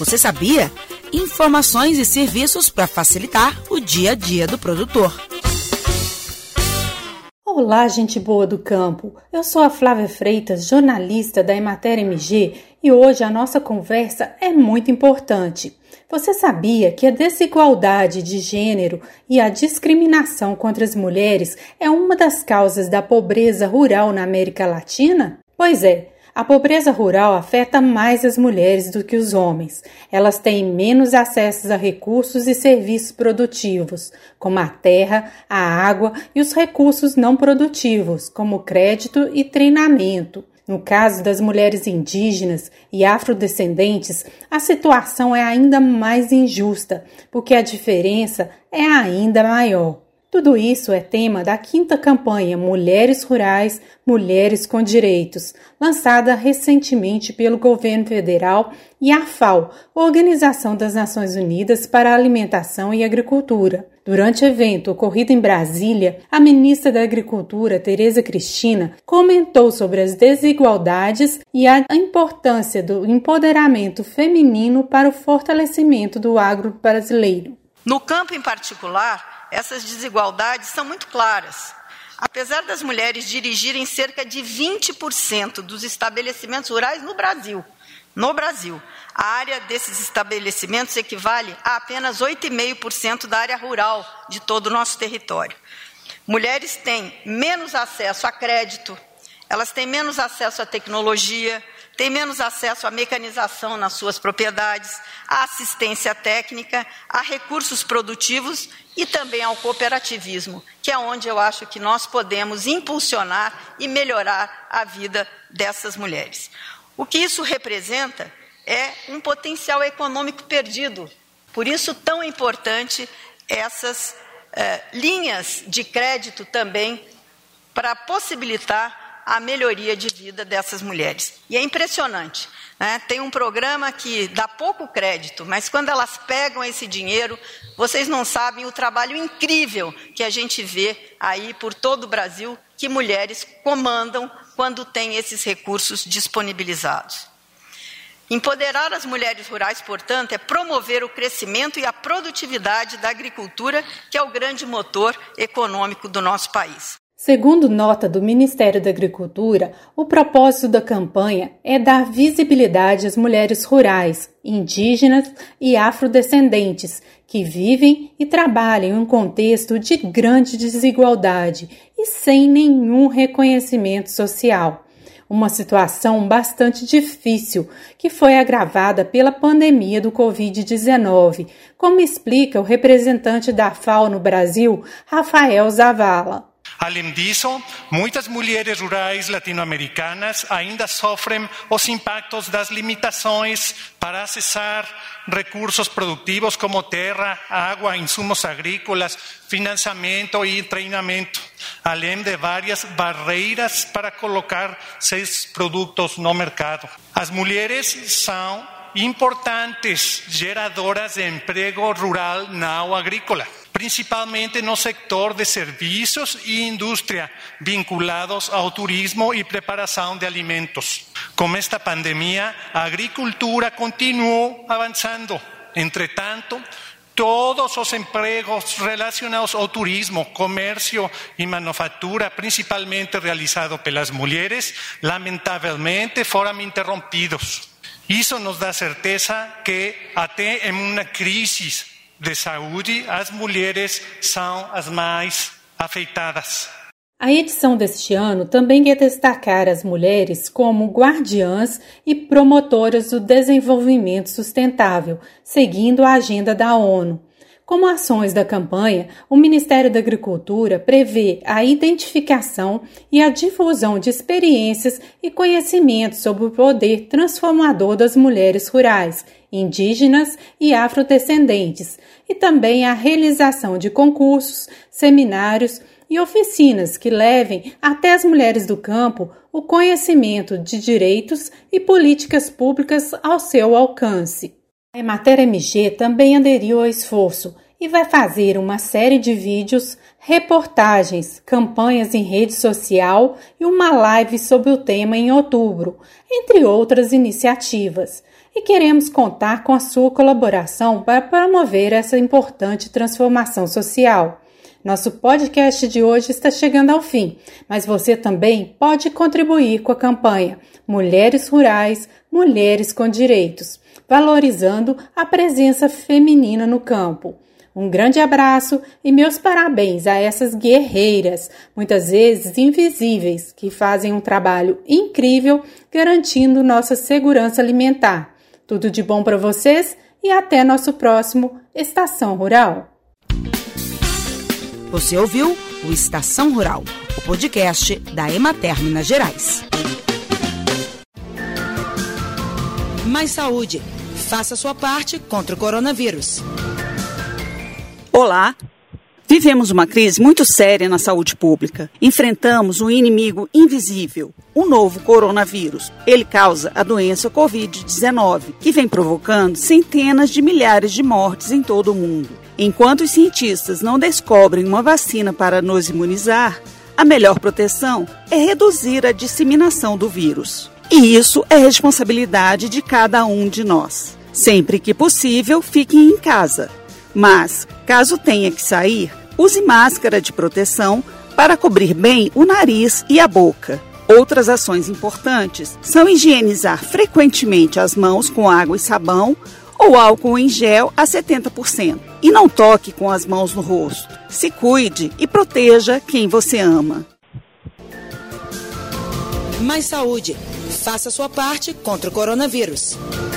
Você sabia? Informações e serviços para facilitar o dia a dia do produtor. Olá, gente boa do campo. Eu sou a Flávia Freitas, jornalista da Emater MG, e hoje a nossa conversa é muito importante. Você sabia que a desigualdade de gênero e a discriminação contra as mulheres é uma das causas da pobreza rural na América Latina? Pois é. A pobreza rural afeta mais as mulheres do que os homens. Elas têm menos acesso a recursos e serviços produtivos, como a terra, a água e os recursos não produtivos, como crédito e treinamento. No caso das mulheres indígenas e afrodescendentes, a situação é ainda mais injusta, porque a diferença é ainda maior. Tudo isso é tema da 5ª campanha Mulheres Rurais, Mulheres com Direitos, lançada recentemente pelo governo federal e a FAO, Organização das Nações Unidas para a Alimentação e Agricultura. Durante o evento ocorrido em Brasília, a ministra da Agricultura, Tereza Cristina, comentou sobre as desigualdades e a importância do empoderamento feminino para o fortalecimento do agro brasileiro. No campo em particular, essas desigualdades são muito claras. Apesar das mulheres dirigirem cerca de 20% dos estabelecimentos rurais no Brasil, a área desses estabelecimentos equivale a apenas 8,5% da área rural de todo o nosso território. Mulheres têm menos acesso a crédito, elas têm menos acesso à tecnologia, têm menos acesso à mecanização nas suas propriedades, à assistência técnica, a recursos produtivos e também ao cooperativismo, que é onde eu acho que nós podemos impulsionar e melhorar a vida dessas mulheres. O que isso representa é um potencial econômico perdido. Por isso, tão importante essas linhas de crédito também para possibilitar a melhoria de vida dessas mulheres. E é impressionante, né? Tem um programa que dá pouco crédito, mas quando elas pegam esse dinheiro, vocês não sabem o trabalho incrível que a gente vê aí por todo o Brasil, que mulheres comandam quando tem esses recursos disponibilizados. Empoderar as mulheres rurais, portanto, é promover o crescimento e a produtividade da agricultura, que é o grande motor econômico do nosso país. Segundo nota do Ministério da Agricultura, o propósito da campanha é dar visibilidade às mulheres rurais, indígenas e afrodescendentes que vivem e trabalham em um contexto de grande desigualdade e sem nenhum reconhecimento social. Uma situação bastante difícil que foi agravada pela pandemia do Covid-19, como explica o representante da FAO no Brasil, Rafael Zavala. Além disso, muitas mulheres rurais latino-americanas ainda sofrem os impactos das limitações para acessar recursos produtivos como terra, água, insumos agrícolas, financiamento e treinamento, além de várias barreiras para colocar seus produtos no mercado. As mulheres são importantes geradoras de emprego rural não agrícola, principalmente no sector de serviços e indústria vinculados ao turismo e preparação de alimentos. Com esta pandemia, a agricultura continuou avançando. Entretanto, todos os empregos relacionados ao turismo, comércio e manufatura, principalmente realizados pelas mulheres, lamentavelmente foram interrompidos. Isso nos dá certeza que até em uma crise de saúde, as mulheres são as mais afetadas. A edição deste ano também quer destacar as mulheres como guardiãs e promotoras do desenvolvimento sustentável, seguindo a agenda da ONU. Como ações da campanha, o Ministério da Agricultura prevê a identificação e a difusão de experiências e conhecimentos sobre o poder transformador das mulheres rurais, indígenas e afrodescendentes, e também a realização de concursos, seminários e oficinas que levem até as mulheres do campo o conhecimento de direitos e políticas públicas ao seu alcance. A Emater MG também aderiu ao esforço e vai fazer uma série de vídeos, reportagens, campanhas em rede social e uma live sobre o tema em outubro, entre outras iniciativas. E queremos contar com a sua colaboração para promover essa importante transformação social. Nosso podcast de hoje está chegando ao fim, mas você também pode contribuir com a campanha Mulheres Rurais, Mulheres com Direitos, valorizando a presença feminina no campo. Um grande abraço e meus parabéns a essas guerreiras, muitas vezes invisíveis, que fazem um trabalho incrível garantindo nossa segurança alimentar. Tudo de bom para vocês e até nosso próximo Estação Rural. Você ouviu o Estação Rural, o podcast da Emater Minas Gerais. Mais saúde. Faça sua parte contra o coronavírus. Olá! Vivemos uma crise muito séria na saúde pública. Enfrentamos um inimigo invisível, o novo coronavírus. Ele causa a doença Covid-19, que vem provocando centenas de milhares de mortes em todo o mundo. Enquanto os cientistas não descobrem uma vacina para nos imunizar, a melhor proteção é reduzir a disseminação do vírus. E isso é responsabilidade de cada um de nós. Sempre que possível, fiquem em casa. Mas, caso tenha que sair, use máscara de proteção para cobrir bem o nariz e a boca. Outras ações importantes são higienizar frequentemente as mãos com água e sabão ou álcool em gel a 70%. E não toque com as mãos no rosto. Se cuide e proteja quem você ama. Mais saúde. Faça sua parte contra o coronavírus.